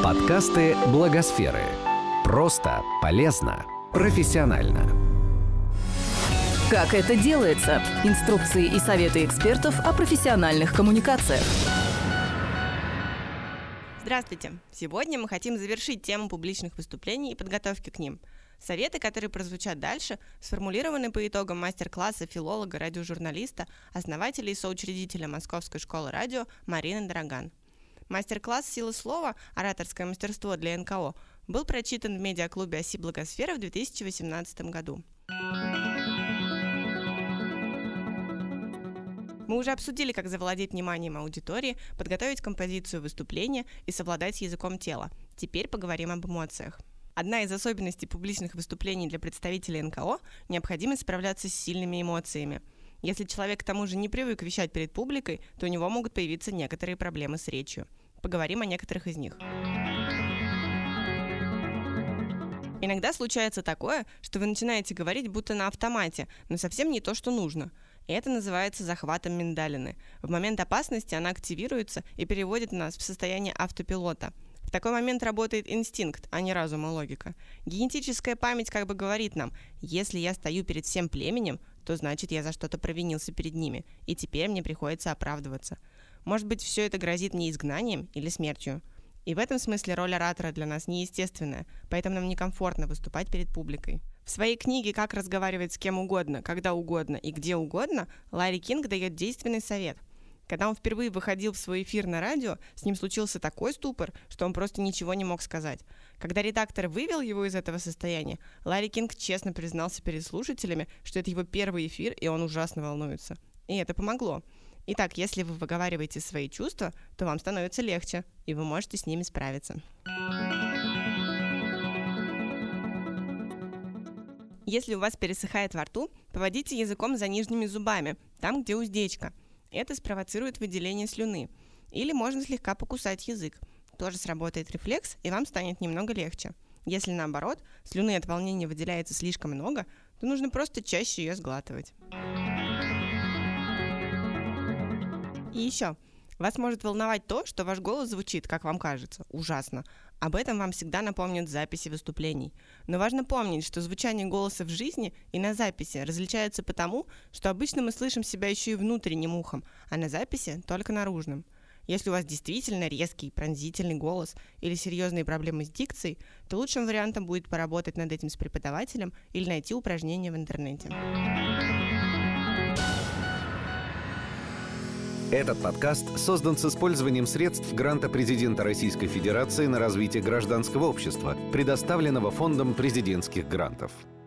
Подкасты Благосферы. Просто, полезно, профессионально. Как это делается? Инструкции и советы экспертов о профессиональных коммуникациях. Здравствуйте! Сегодня мы хотим завершить тему публичных выступлений и подготовки к ним. Советы, которые прозвучат дальше, сформулированы по итогам мастер-класса филолога, радиожурналиста, основателя и соучредителя Московской школы радио Марины Дороган. Мастер-класс «Сила слова. Ораторское мастерство для НКО» был прочитан в медиаклубе «Оси Благосферы» в 2018 году. Мы уже обсудили, как завладеть вниманием аудитории, подготовить композицию выступления и совладать с языком тела. Теперь поговорим об эмоциях. Одна из особенностей публичных выступлений для представителей НКО – необходимость справляться с сильными эмоциями. Если человек к тому же не привык вещать перед публикой, то у него могут появиться некоторые проблемы с речью. Поговорим о некоторых из них. Иногда случается такое, что вы начинаете говорить будто на автомате, но совсем не то, что нужно. И это называется захватом миндалины. В момент опасности она активируется и переводит нас в состояние автопилота. В такой момент работает инстинкт, а не разум и логика. Генетическая память как бы говорит нам: если я стою перед всем племенем, то значит я за что-то провинился перед ними, и теперь мне приходится оправдываться. Может быть, все это грозит мне изгнанием или смертью. И в этом смысле роль оратора для нас неестественная, поэтому нам некомфортно выступать перед публикой. В своей книге «Как разговаривать с кем угодно, когда угодно и где угодно» Ларри Кинг дает действенный совет. Когда он впервые выходил в свой эфир на радио, с ним случился такой ступор, что он просто ничего не мог сказать. Когда редактор вывел его из этого состояния, Ларри Кинг честно признался перед слушателями, что это его первый эфир, и он ужасно волнуется. И это помогло. Итак, если вы выговариваете свои чувства, то вам становится легче, и вы можете с ними справиться. Если у вас пересыхает во рту, поводите языком за нижними зубами, там, где уздечка. Это спровоцирует выделение слюны. Или можно слегка покусать язык. Тоже сработает рефлекс, и вам станет немного легче. Если наоборот, слюны от волнения выделяется слишком много, то нужно просто чаще ее сглатывать. И еще, вас может волновать то, что ваш голос звучит, как вам кажется, ужасно. Об этом вам всегда напомнят записи выступлений. Но важно помнить, что звучание голоса в жизни и на записи различается потому, что обычно мы слышим себя еще и внутренним ухом, а на записи только наружным. Если у вас действительно резкий, пронзительный голос или серьезные проблемы с дикцией, то лучшим вариантом будет поработать над этим с преподавателем или найти упражнения в интернете. Этот подкаст создан с использованием средств гранта президента Российской Федерации на развитие гражданского общества, предоставленного Фондом президентских грантов.